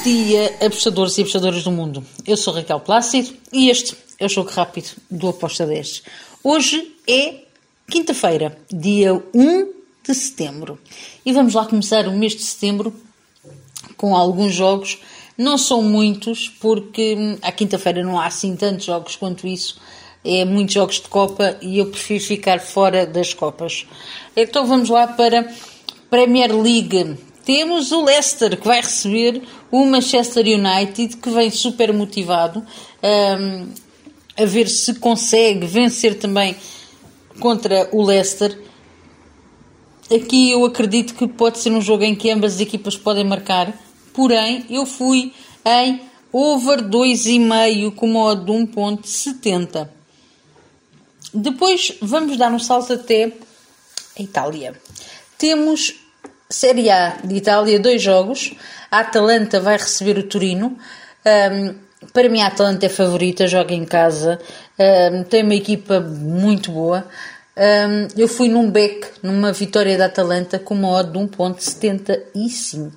dia, apostadores e apostadoras do mundo. Eu sou Raquel Plácido e este é o Jogo Rápido do Aposta 10. Hoje é quinta-feira, dia 1 de setembro. E vamos lá começar o mês de setembro com alguns jogos. Não são muitos, porque à quinta-feira não há assim tantos jogos quanto isso. É muitos jogos de Copa e eu prefiro ficar fora das Copas. Então vamos lá para Premier League. Temos o Leicester, que vai receber o Manchester United, que vem super motivado a ver se consegue vencer também contra o Leicester. Aqui eu acredito que pode ser um jogo em que ambas as equipas podem marcar, porém eu fui em over 2,5 com uma odd de 1,70. Depois vamos dar um salto até a Itália. Temos Série A de Itália, 2 jogos. A Atalanta vai receber o Torino. Para mim a Atalanta é favorita, joga em casa, tem uma equipa muito boa. Eu fui num back, numa vitória da Atalanta com uma odd de 1,75.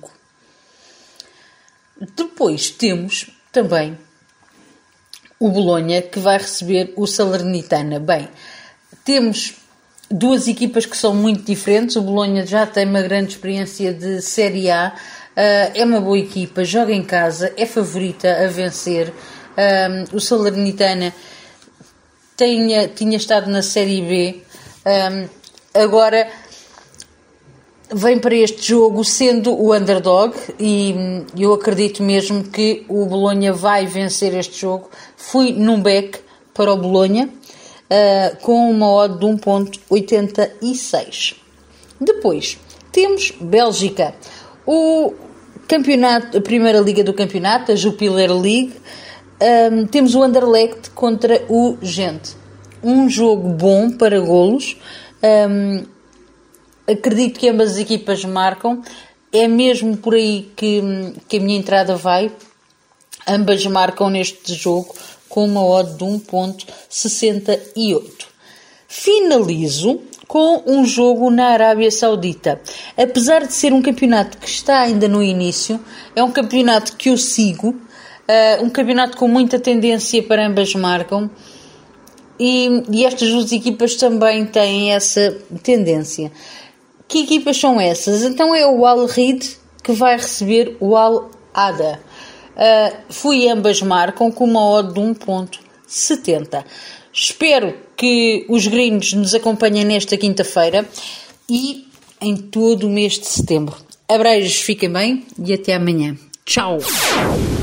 Depois temos também o Bolonha, que vai receber o Salernitana. Bem, temos duas equipas que são muito diferentes. O Bolonha já tem uma grande experiência de Série A, é uma boa equipa, joga em casa, é favorita a vencer. O Salernitana tinha estado na Série B, agora vem para este jogo sendo o underdog e eu acredito mesmo que o Bolonha vai vencer este jogo. Fui num back para o Bolonha, com uma odd de 1,86. Depois temos Bélgica, o campeonato, a primeira liga do campeonato, a Jupiler League. Temos o Anderlecht contra o Gent, um jogo bom para golos. Acredito que ambas as equipas marcam, é mesmo por aí que a minha entrada vai. Ambas marcam neste jogo com uma odd de 1,68. Finalizo com um jogo na Arábia Saudita. Apesar de ser um campeonato que está ainda no início, é um campeonato que eu sigo, um campeonato com muita tendência para ambas marcam, e estas duas equipas também têm essa tendência. Que equipas são essas? Então é o Al-Riyad que vai receber o Al-Ada. Ambas marcam com uma odd de 1,70. Espero que os gringos nos acompanhem nesta quinta-feira e em todo o mês de setembro. Abreijos, fiquem bem e até amanhã. Tchau!